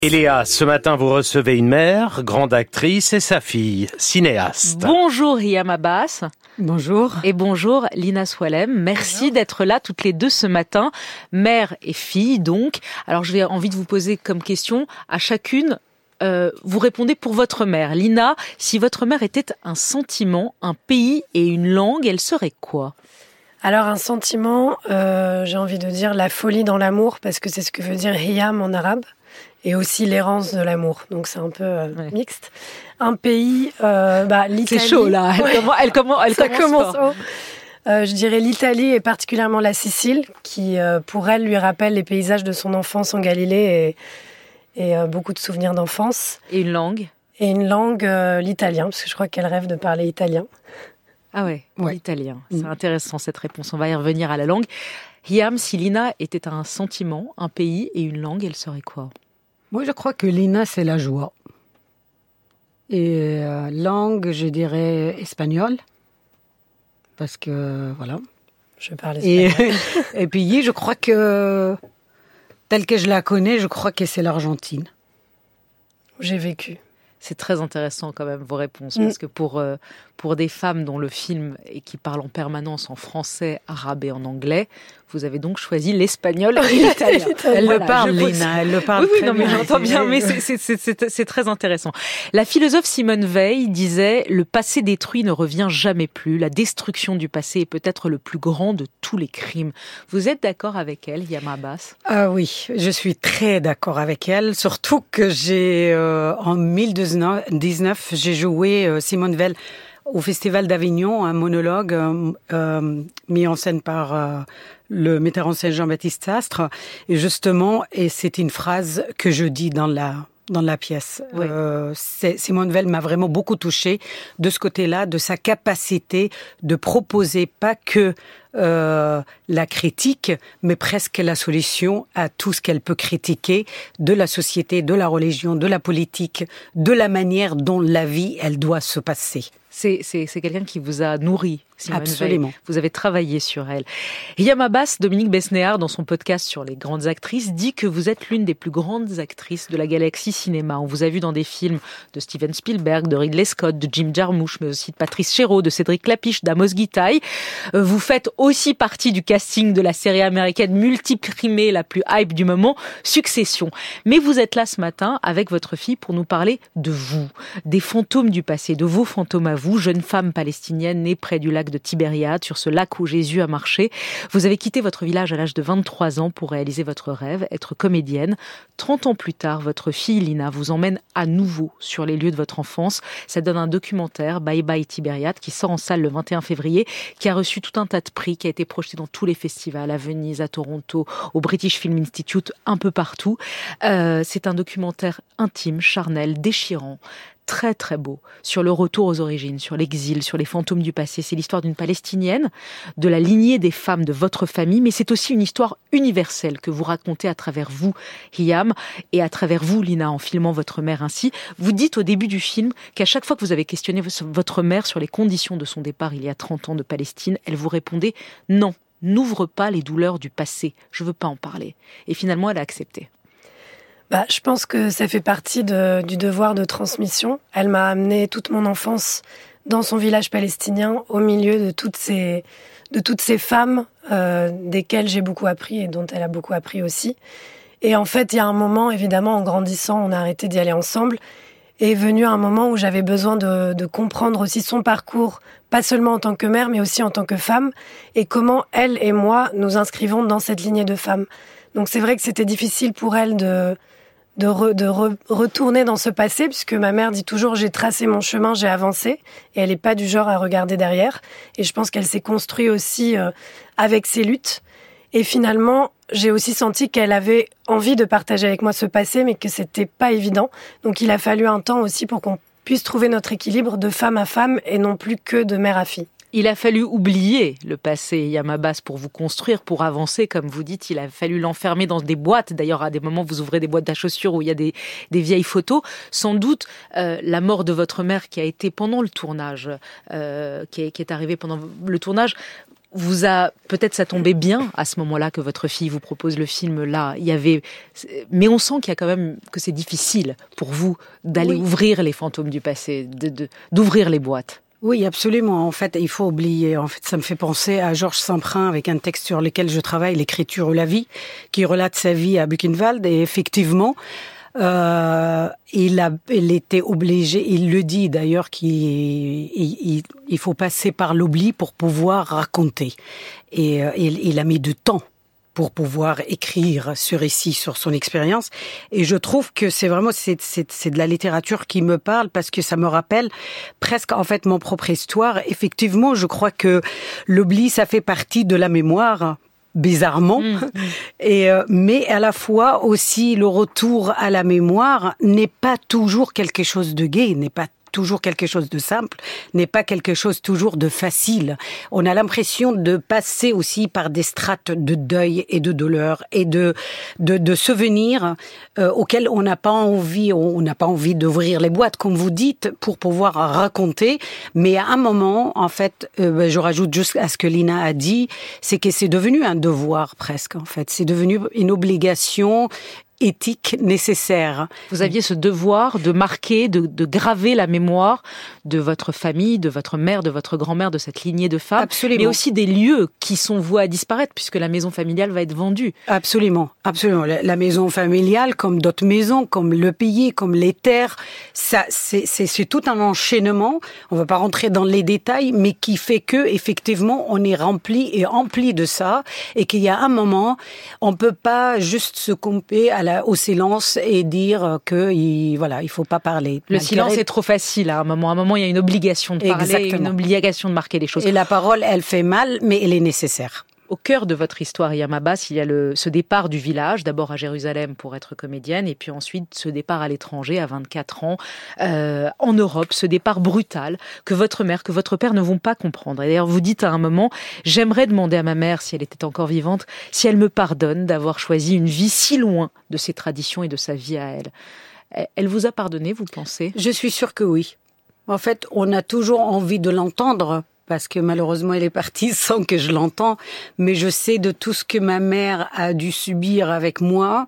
Et Léa, ce matin, vous recevez une mère, grande actrice, et sa fille, cinéaste. Bonjour Hiam Abbas. Bonjour. Et bonjour Lina Swalem. Merci d'être là toutes les deux ce matin, mère et fille donc. Alors j'ai envie de vous poser comme question à chacune, vous répondez pour votre mère. Lina, si votre mère était un sentiment, un pays et une langue, elle serait quoi ? Alors un sentiment, j'ai envie de dire la folie dans l'amour, parce que c'est ce que veut dire Hiam en arabe. Et aussi l'errance de l'amour, donc c'est un peu mixte. Un pays, l'Italie. C'est chaud là. Elle commence haut. Je dirais l'Italie et particulièrement la Sicile, qui pour elle lui rappelle les paysages de son enfance en Galilée et beaucoup de souvenirs d'enfance. Et une langue ? Et une langue, l'italien, parce que je crois qu'elle rêve de parler italien. Ah ouais. L'italien. C'est intéressant cette réponse. On va y revenir à la langue. Hiam, si Lina était un sentiment, un pays et une langue, elle serait quoi ? Moi, je crois que Lina, c'est la joie. Et langue, je dirais espagnol. Parce que, voilà. Je parle espagnol. Et puis, je crois que, telle que je la connais, je crois que c'est l'Argentine. J'ai vécu. C'est très intéressant quand même vos réponses, parce que pour des femmes dont le film et qui parlent en permanence en français, arabe et en anglais, vous avez donc choisi l'espagnol et l'italien. Elle le parle, Lina, elle le parle oui, très mais bien. j'entends bien, mais c'est très intéressant. La philosophe Simone Veil disait « Le passé détruit ne revient jamais plus. La destruction du passé est peut-être le plus grand de tous les crimes. » Vous êtes d'accord avec elle, Hiam Abbas ? Ah oui, je suis très d'accord avec elle, surtout que en 2019, j'ai joué Simone Veil au Festival d'Avignon, un monologue mis en scène par le metteur en scène Jean-Baptiste Sastre. Et justement, c'est une phrase que je dis dans la pièce. Oui. Simone Veil m'a vraiment beaucoup touchée de ce côté-là, de sa capacité de proposer pas que la critique, mais presque la solution à tout ce qu'elle peut critiquer de la société, de la religion, de la politique, de la manière dont la vie, elle doit se passer. C'est quelqu'un qui vous a nourri, Simone Absolument. Veil. Vous avez travaillé sur elle. Hiam Abbas, Dominique Besnéard, dans son podcast sur les grandes actrices, dit que vous êtes l'une des plus grandes actrices de la galaxie cinéma. On vous a vu dans des films de Steven Spielberg, de Ridley Scott, de Jim Jarmusch, mais aussi de Patrice Chéreau, de Cédric Klapisch, d'Amos Gitaï. Vous faites aussi partie du casting de la série américaine multiprimée la plus hype du moment, Succession. Mais vous êtes là ce matin avec votre fille pour nous parler de vous, des fantômes du passé, de vos fantômes à vous, jeune femme palestinienne née près du lac de Tibériade, sur ce lac où Jésus a marché. Vous avez quitté votre village à l'âge de 23 ans pour réaliser votre rêve, être comédienne. 30 ans plus tard, votre fille Lina vous emmène à nouveau sur les lieux de votre enfance. Ça donne un documentaire, Bye Bye Tibériade, qui sort en salle le 21 février, qui a reçu tout un tas de prix, qui a été projeté dans tous les festivals, à Venise, à Toronto, au British Film Institute, un peu partout. C'est un documentaire intime, charnel, déchirant, très très beau, sur le retour aux origines, sur l'exil, sur les fantômes du passé. C'est l'histoire d'une Palestinienne, de la lignée des femmes de votre famille, mais c'est aussi une histoire universelle que vous racontez à travers vous, Hiam, et à travers vous, Lina, en filmant votre mère ainsi. Vous dites au début du film qu'à chaque fois que vous avez questionné votre mère sur les conditions de son départ il y a 30 ans de Palestine, elle vous répondait « Non, n'ouvre pas les douleurs du passé, je veux pas en parler ». Et finalement, elle a accepté. Je pense que ça fait partie du devoir de transmission. Elle m'a amené toute mon enfance dans son village palestinien, au milieu de toutes ces femmes desquelles j'ai beaucoup appris et dont elle a beaucoup appris aussi. Et en fait, il y a un moment, évidemment, en grandissant, on a arrêté d'y aller ensemble. Et est venu un moment où j'avais besoin de comprendre aussi son parcours, pas seulement en tant que mère, mais aussi en tant que femme, et comment elle et moi nous inscrivons dans cette lignée de femmes. Donc c'est vrai que c'était difficile pour elle de retourner dans ce passé, puisque ma mère dit toujours « j'ai tracé mon chemin, j'ai avancé », et elle n'est pas du genre à regarder derrière. Et je pense qu'elle s'est construite aussi avec ses luttes. Et finalement, j'ai aussi senti qu'elle avait envie de partager avec moi ce passé, mais que c'était pas évident. Donc il a fallu un temps aussi pour qu'on puisse trouver notre équilibre de femme à femme et non plus que de mère à fille. Il a fallu oublier le passé, Hiam Abbas, pour vous construire, pour avancer, comme vous dites. Il a fallu l'enfermer dans des boîtes. D'ailleurs, à des moments, vous ouvrez des boîtes à chaussures où il y a des vieilles photos. Sans doute, la mort de votre mère qui a été pendant le tournage, qui est arrivée pendant le tournage, peut-être ça tombait bien à ce moment-là que votre fille vous propose le film là. Mais on sent qu'il y a quand même que c'est difficile pour vous d'aller ouvrir les fantômes du passé, d'ouvrir les boîtes. Oui, absolument. En fait, il faut oublier. En fait, ça me fait penser à Georges Samprin avec un texte sur lequel je travaille, L'écriture ou la vie, qui relate sa vie à Buchenwald. Et effectivement, il était obligé, il le dit d'ailleurs, qu'il faut passer par l'oubli pour pouvoir raconter. Et il a mis du temps pour pouvoir écrire ce récit sur son expérience. Et je trouve que c'est vraiment, c'est de la littérature qui me parle parce que ça me rappelle presque, en fait, mon propre histoire. Effectivement, je crois que l'oubli, ça fait partie de la mémoire, bizarrement. Mais à la fois aussi, le retour à la mémoire n'est pas toujours quelque chose de gai, n'est pas toujours quelque chose de simple, n'est pas quelque chose toujours de facile. On a l'impression de passer aussi par des strates de deuil et de douleur et de souvenirs auxquels on n'a pas envie d'ouvrir les boîtes, comme vous dites, pour pouvoir raconter. Mais à un moment, en fait, je rajoute juste à ce que Lina a dit, c'est que c'est devenu un devoir presque, en fait. C'est devenu une obligation éthique nécessaire. Vous aviez ce devoir de marquer, de graver la mémoire de votre famille, de votre mère, de votre grand-mère, de cette lignée de femmes. Absolument. Mais aussi des lieux qui sont voués à disparaître puisque la maison familiale va être vendue. Absolument, absolument. La maison familiale, comme d'autres maisons, comme le pays, comme les terres, ça, c'est tout un enchaînement. On va pas rentrer dans les détails, mais qui fait que, effectivement, on est rempli de ça et qu'il y a un moment, on peut pas juste se camper au silence et dire il faut pas parler. Le silence est trop facile à un moment. À un moment, il y a une obligation de parler, une obligation de marquer les choses. Et la parole, elle fait mal, mais elle est nécessaire. Au cœur de votre histoire, Hiyam Abbas, il y a ce départ du village, d'abord à Jérusalem pour être comédienne, et puis ensuite ce départ à l'étranger à 24 ans, en Europe, ce départ brutal que votre mère, que votre père ne vont pas comprendre. Et d'ailleurs, vous dites à un moment, j'aimerais demander à ma mère, si elle était encore vivante, si elle me pardonne d'avoir choisi une vie si loin de ses traditions et de sa vie à elle. Elle vous a pardonné, vous pensez ? Je suis sûre que oui. En fait, on a toujours envie de l'entendre, parce que malheureusement, elle est partie sans que je l'entende. Mais je sais de tout ce que ma mère a dû subir avec moi,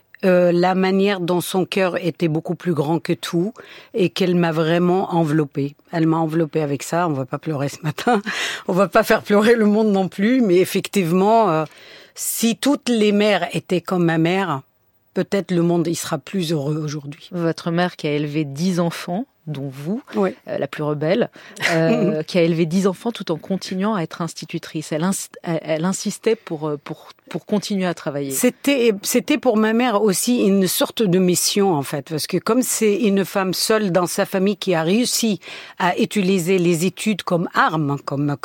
la manière dont son cœur était beaucoup plus grand que tout et qu'elle m'a vraiment enveloppée. Elle m'a enveloppée avec ça. On va pas pleurer ce matin. On va pas faire pleurer le monde non plus. Mais effectivement, si toutes les mères étaient comme ma mère, peut-être le monde y sera plus heureux aujourd'hui. Votre mère qui a élevé 10 enfants, dont vous, oui. La plus rebelle, qui a élevé 10 enfants tout en continuant à être institutrice. Elle insistait pour continuer à travailler. C'était pour ma mère aussi une sorte de mission, en fait, parce que comme c'est une femme seule dans sa famille qui a réussi à utiliser les études comme arme,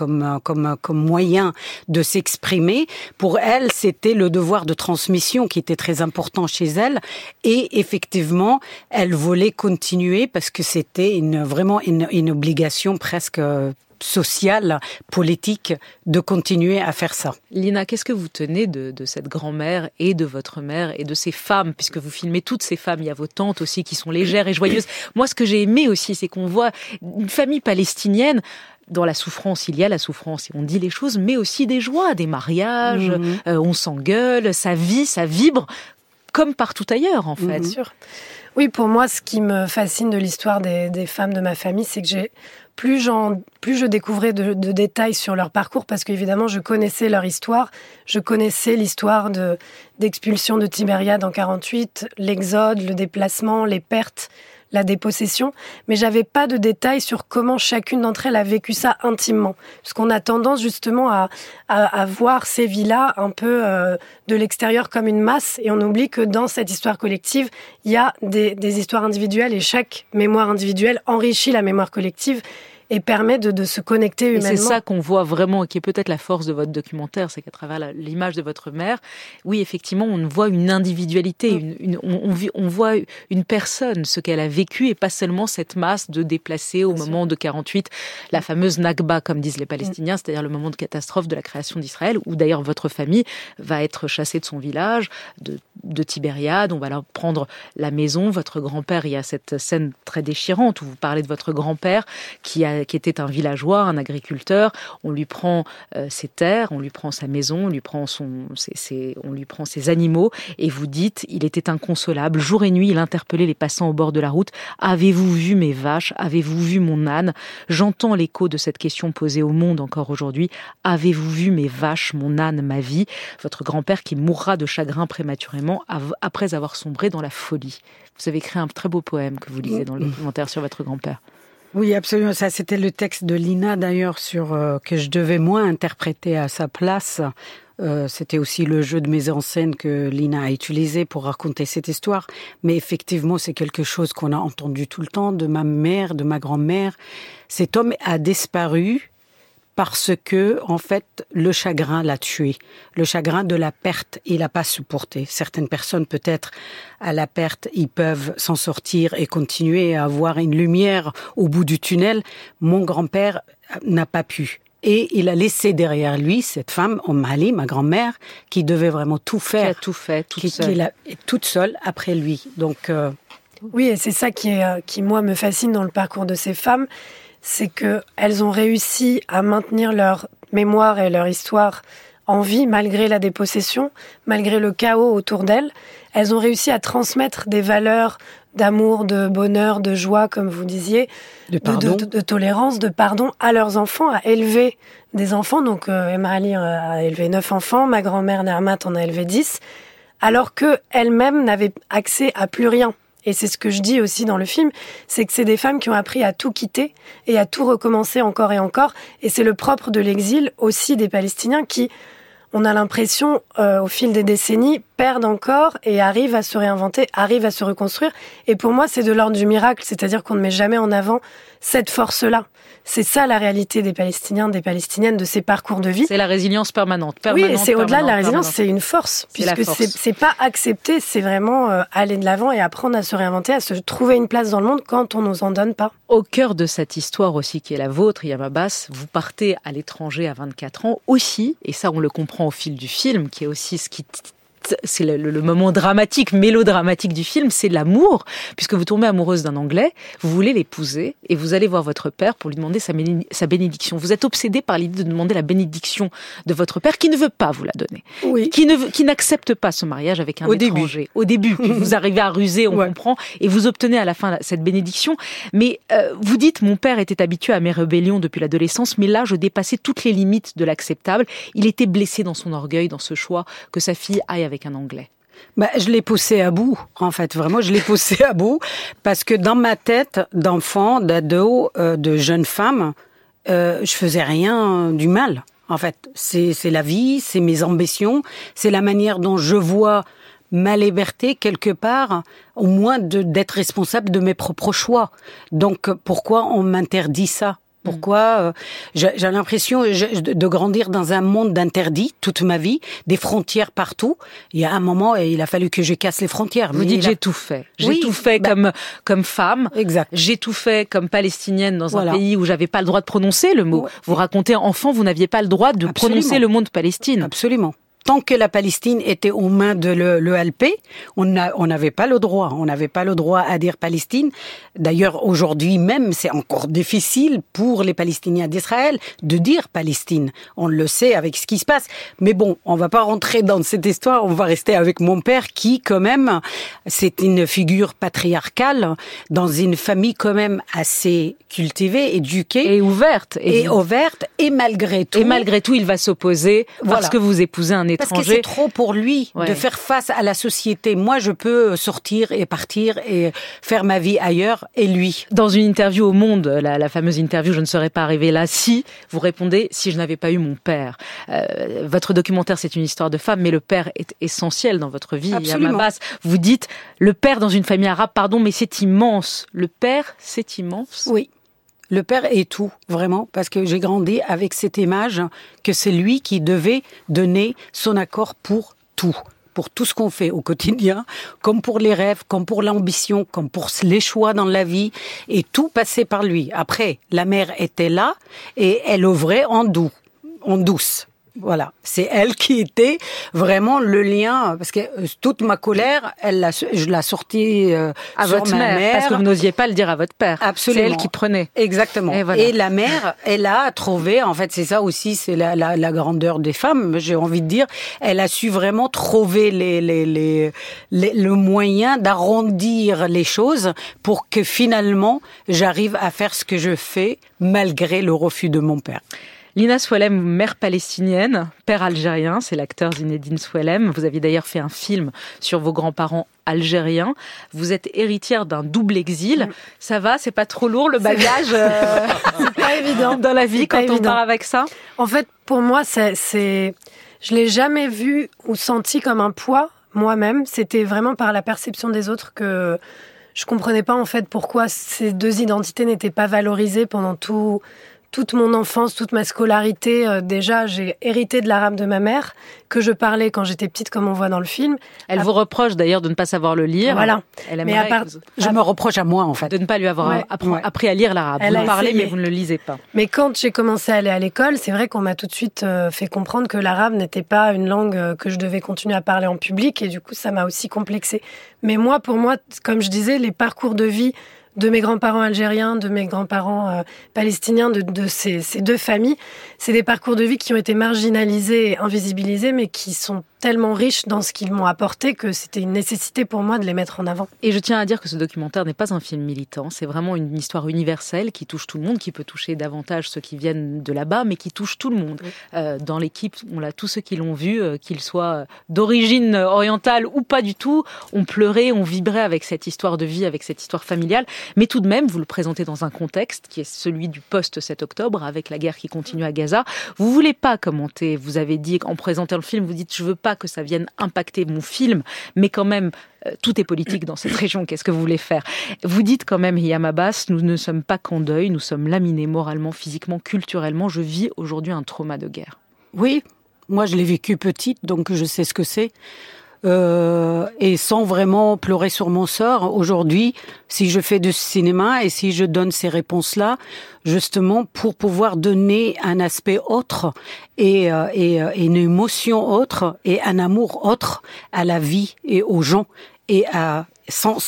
comme moyen de s'exprimer, pour elle, c'était le devoir de transmission qui était très important chez elle. Et effectivement, elle voulait continuer parce que c'était vraiment une obligation presque sociale, politique, de continuer à faire ça. Lina, qu'est-ce que vous tenez de cette grand-mère et de votre mère et de ces femmes, puisque vous filmez toutes ces femmes, il y a vos tantes aussi qui sont légères et joyeuses. Moi, ce que j'ai aimé aussi, c'est qu'on voit une famille palestinienne. Dans la souffrance, il y a la souffrance et on dit les choses, mais aussi des joies, des mariages, on s'engueule, ça vit, ça vibre, comme partout ailleurs, en fait. Bien sûr. Oui, pour moi, ce qui me fascine de l'histoire des femmes de ma famille, c'est que plus je découvrais de détails sur leur parcours, parce qu'évidemment, je connaissais leur histoire, je connaissais l'histoire d'expulsion de Tibériade en 48, l'exode, le déplacement, les pertes, la dépossession, mais j'avais pas de détails sur comment chacune d'entre elles a vécu ça intimement. Parce qu'on a tendance justement à voir ces vies-là un peu de l'extérieur comme une masse, et on oublie que dans cette histoire collective, il y a des histoires individuelles, et chaque mémoire individuelle enrichit la mémoire collective et permet de se connecter humainement. Et c'est ça qu'on voit vraiment, et qui est peut-être la force de votre documentaire, c'est qu'à travers l'image de votre mère, oui, effectivement, on voit une individualité, on voit une personne, ce qu'elle a vécu, et pas seulement cette masse de déplacés au moment de 48, la fameuse Nakba, comme disent les Palestiniens, c'est-à-dire le moment de catastrophe de la création d'Israël, où d'ailleurs votre famille va être chassée de son village, de Tibériade, on va leur prendre la maison, votre grand-père, il y a cette scène très déchirante où vous parlez de votre grand-père qui a qui était un villageois, un agriculteur. On lui prend ses terres, on lui prend sa maison, on lui prend ses animaux. Et vous dites, il était inconsolable. Jour et nuit, il interpellait les passants au bord de la route. Avez-vous vu mes vaches? Avez-vous vu mon âne? J'entends l'écho de cette question posée au monde encore aujourd'hui. Avez-vous vu mes vaches, mon âne, ma vie? Votre grand-père qui mourra de chagrin prématurément après avoir sombré dans la folie. Vous avez écrit un très beau poème que vous lisez dans le documentaire sur votre grand-père. Oui, absolument. Ça, c'était le texte de Lina, d'ailleurs, que je devais moins interpréter à sa place. C'était aussi le jeu de mise en scène que Lina a utilisé pour raconter cette histoire. Mais effectivement, c'est quelque chose qu'on a entendu tout le temps de ma mère, de ma grand-mère. Cet homme a disparu parce que, en fait, le chagrin l'a tué. Le chagrin de la perte, il n'a pas supporté. Certaines personnes, peut-être, à la perte, ils peuvent s'en sortir et continuer à avoir une lumière au bout du tunnel. Mon grand-père n'a pas pu. Et il a laissé derrière lui cette femme, Ali, ma grand-mère, qui devait vraiment tout faire. Qui a tout fait, toute seule après lui. Donc, oui, et c'est ça qui, moi, me fascine dans le parcours de ces femmes. C'est qu'elles ont réussi à maintenir leur mémoire et leur histoire en vie, malgré la dépossession, malgré le chaos autour d'elles. Elles ont réussi à transmettre des valeurs d'amour, de bonheur, de joie, comme vous disiez, de tolérance, de pardon à leurs enfants, à élever des enfants. Donc, Emma Ali a élevé 9 enfants, ma grand-mère Nermat en a élevé 10, alors qu'elles-mêmes n'avaient accès à plus rien. Et c'est ce que je dis aussi dans le film, c'est que c'est des femmes qui ont appris à tout quitter et à tout recommencer encore et encore. Et c'est le propre de l'exil aussi des Palestiniens qui, on a l'impression, au fil des décennies, perdent encore et arrivent à se réinventer, arrivent à se reconstruire. Et pour moi, c'est de l'ordre du miracle, c'est-à-dire qu'on ne met jamais en avant cette force-là. C'est ça la réalité des Palestiniens, des Palestiniennes, de ces parcours de vie. C'est la résilience permanente. Oui, et c'est au-delà de la résilience, c'est une force, puisque c'est pas accepter, c'est vraiment aller de l'avant et apprendre à se réinventer, à se trouver une place dans le monde quand on nous en donne pas. Au cœur de cette histoire aussi qui est la vôtre, Yam Abbas, vous partez à l'étranger à 24 ans aussi, et ça on le comprend au fil du film, qui est aussi ce qui... C'est le moment dramatique, mélodramatique du film, c'est l'amour, puisque vous tombez amoureuse d'un Anglais, vous voulez l'épouser, et vous allez voir votre père pour lui demander sa bénédiction. Vous êtes obsédée par l'idée de demander la bénédiction de votre père, qui ne veut pas vous la donner, oui. qui n'accepte pas ce mariage avec un étranger. Au début, puis vous arrivez à ruser, on comprend, et vous obtenez à la fin cette bénédiction. Mais vous dites, mon père était habitué à mes rébellions depuis l'adolescence, mais là, je dépassais toutes les limites de l'acceptable. Il était blessé dans son orgueil, dans ce choix que sa fille aille avec un Anglais. Je l'ai poussé à bout, en fait. Vraiment, je l'ai poussé à bout. Parce que dans ma tête d'enfant, d'ado, de jeune femme, je faisais rien du mal. En fait, c'est la vie, c'est mes ambitions, c'est la manière dont je vois ma liberté, quelque part, au moins d'être responsable de mes propres choix. Donc, pourquoi on m'interdit ça ? Pourquoi j'ai l'impression de grandir dans un monde d'interdits toute ma vie, des frontières partout. Il y a un moment, il a fallu que je casse les frontières. Vous dites j'ai tout fait. J'ai tout fait comme femme. Exact. J'ai tout fait comme palestinienne dans un pays où j'avais pas le droit de prononcer le mot. Vous racontez enfant, vous n'aviez pas le droit de prononcer le mot de Palestine. Absolument. Tant que la Palestine était aux mains de l'ELP, on n'avait pas le droit. On n'avait pas le droit à dire Palestine. D'ailleurs, aujourd'hui même, c'est encore difficile pour les Palestiniens d'Israël de dire Palestine. On le sait avec ce qui se passe. Mais bon, on va pas rentrer dans cette histoire. On va rester avec mon père qui, quand même, c'est une figure patriarcale dans une famille quand même assez cultivée, éduquée. Et ouverte. Et malgré tout. Et malgré tout, il va s'opposer parce que vous épousez un étranger. Parce que c'est trop pour lui de faire face à la société. Moi, je peux sortir et partir et faire ma vie ailleurs, et lui. Dans une interview au Monde, la fameuse interview « Je ne serais pas arrivée là si », vous répondez « Si je n'avais pas eu mon père ». Votre documentaire, c'est une histoire de femme, mais le père est essentiel dans votre vie. Absolument. Yam Abbas, vous dites « Le père dans une famille arabe, pardon, mais c'est immense ». Le père, c'est immense. Oui. Le père est tout, vraiment, parce que j'ai grandi avec cette image que c'est lui qui devait donner son accord pour tout ce qu'on fait au quotidien, comme pour les rêves, comme pour l'ambition, comme pour les choix dans la vie, et tout passait par lui. Après, la mère était là, et elle œuvrait en douce. Voilà, c'est elle qui était vraiment le lien, parce que toute ma colère, je l'ai sortie à sur votre ma mère. Parce que vous n'osiez pas le dire à votre père. Absolument. C'est elle qui prenait. Exactement. Et la mère, elle a trouvé, en fait, c'est ça aussi, c'est la grandeur des femmes, j'ai envie de dire, elle a su vraiment trouver le moyen d'arrondir les choses pour que finalement, j'arrive à faire ce que je fais malgré le refus de mon père. Lina Souellem, mère palestinienne, père algérien, c'est l'acteur Zinedine Souellem. Vous aviez d'ailleurs fait un film sur vos grands-parents algériens. Vous êtes héritière d'un double exil. Ça va, c'est pas trop lourd le bagage c'est pas évident dans la vie quand on part avec ça? En fait, pour moi, je l'ai jamais vu ou senti comme un poids moi-même. C'était vraiment par la perception des autres que je comprenais pas en fait pourquoi ces deux identités n'étaient pas valorisées pendant toute mon enfance, toute ma scolarité. Déjà, j'ai hérité de l'arabe de ma mère, que je parlais quand j'étais petite, comme on voit dans le film. Elle vous reproche d'ailleurs de ne pas savoir le lire. Voilà. Je me reproche à moi, en fait. De ne pas lui avoir appris à lire l'arabe. Vous parlez, mais vous ne le lisez pas. Mais quand j'ai commencé à aller à l'école, c'est vrai qu'on m'a tout de suite fait comprendre que l'arabe n'était pas une langue que je devais continuer à parler en public, et du coup, ça m'a aussi complexée. Mais pour moi, comme je disais, les parcours de vie de mes grands-parents algériens, de mes grands-parents palestiniens, de ces deux familles, c'est des parcours de vie qui ont été marginalisés et invisibilisés, mais qui sont tellement riches dans ce qu'ils m'ont apporté que c'était une nécessité pour moi de les mettre en avant. Et je tiens à dire que ce documentaire n'est pas un film militant, c'est vraiment une histoire universelle qui touche tout le monde, qui peut toucher davantage ceux qui viennent de là-bas, mais qui touche tout le monde. Dans l'équipe, on l'a tous ceux qui l'ont vu, qu'ils soient d'origine orientale ou pas du tout, ont pleuré, ont vibré avec cette histoire de vie, avec cette histoire familiale. Mais tout de même, vous le présentez dans un contexte qui est celui du post-7 octobre, avec la guerre qui continue à Gaza. Vous voulez pas commenter, vous avez dit, en présentant le film, vous dites « je veux pas que ça vienne impacter mon film », mais quand même, tout est politique dans cette région, qu'est-ce que vous voulez faire? Vous dites quand même, Hiam Abbas, nous ne sommes pas qu'en deuil, nous sommes laminés moralement, physiquement, culturellement. Je vis aujourd'hui un trauma de guerre. Oui, moi je l'ai vécu petite, donc je sais ce que c'est. Et sans vraiment pleurer sur mon sort, aujourd'hui, si je fais du cinéma et si je donne ces réponses-là, justement pour pouvoir donner un aspect autre et une émotion autre et un amour autre à la vie et aux gens et sans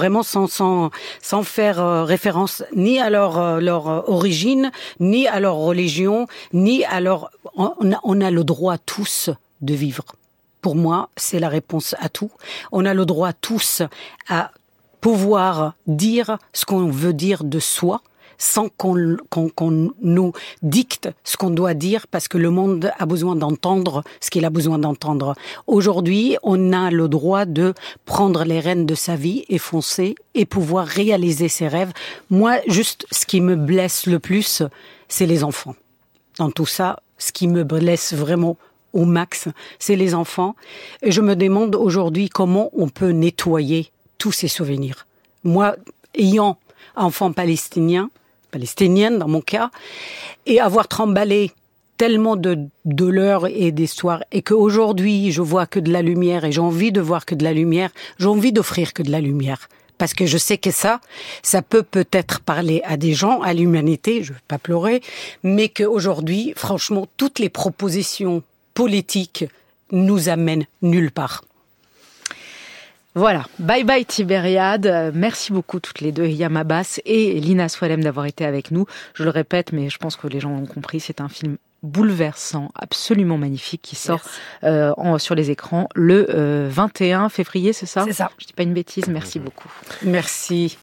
faire référence ni à leur origine, ni à leur religion, ni à leur... On a le droit tous de vivre. Pour moi, c'est la réponse à tout. On a le droit tous à pouvoir dire ce qu'on veut dire de soi, sans qu'on nous dicte ce qu'on doit dire, parce que le monde a besoin d'entendre ce qu'il a besoin d'entendre. Aujourd'hui, on a le droit de prendre les rênes de sa vie et foncer et pouvoir réaliser ses rêves. Moi, juste, ce qui me blesse le plus, c'est les enfants. Dans tout ça, ce qui me blesse vraiment au max, c'est les enfants. Et je me demande aujourd'hui comment on peut nettoyer tous ces souvenirs. Moi, ayant enfant palestinienne dans mon cas, et avoir tremballé tellement de douleurs et d'histoires, et qu'aujourd'hui je vois que de la lumière, et j'ai envie de voir que de la lumière, j'ai envie d'offrir que de la lumière. Parce que je sais que ça peut peut-être parler à des gens, à l'humanité, je ne veux pas pleurer, mais qu'aujourd'hui, franchement, toutes les propositions politique nous amène nulle part. Voilà, bye bye Tibériade. Merci beaucoup toutes les deux, Hiam Abbas et Lina Souellem, d'avoir été avec nous. Je le répète, mais je pense que les gens l'ont compris, c'est un film bouleversant, absolument magnifique, qui sort sur les écrans le 21 février, c'est ça? C'est ça. Je dis pas une bêtise, merci beaucoup. Merci.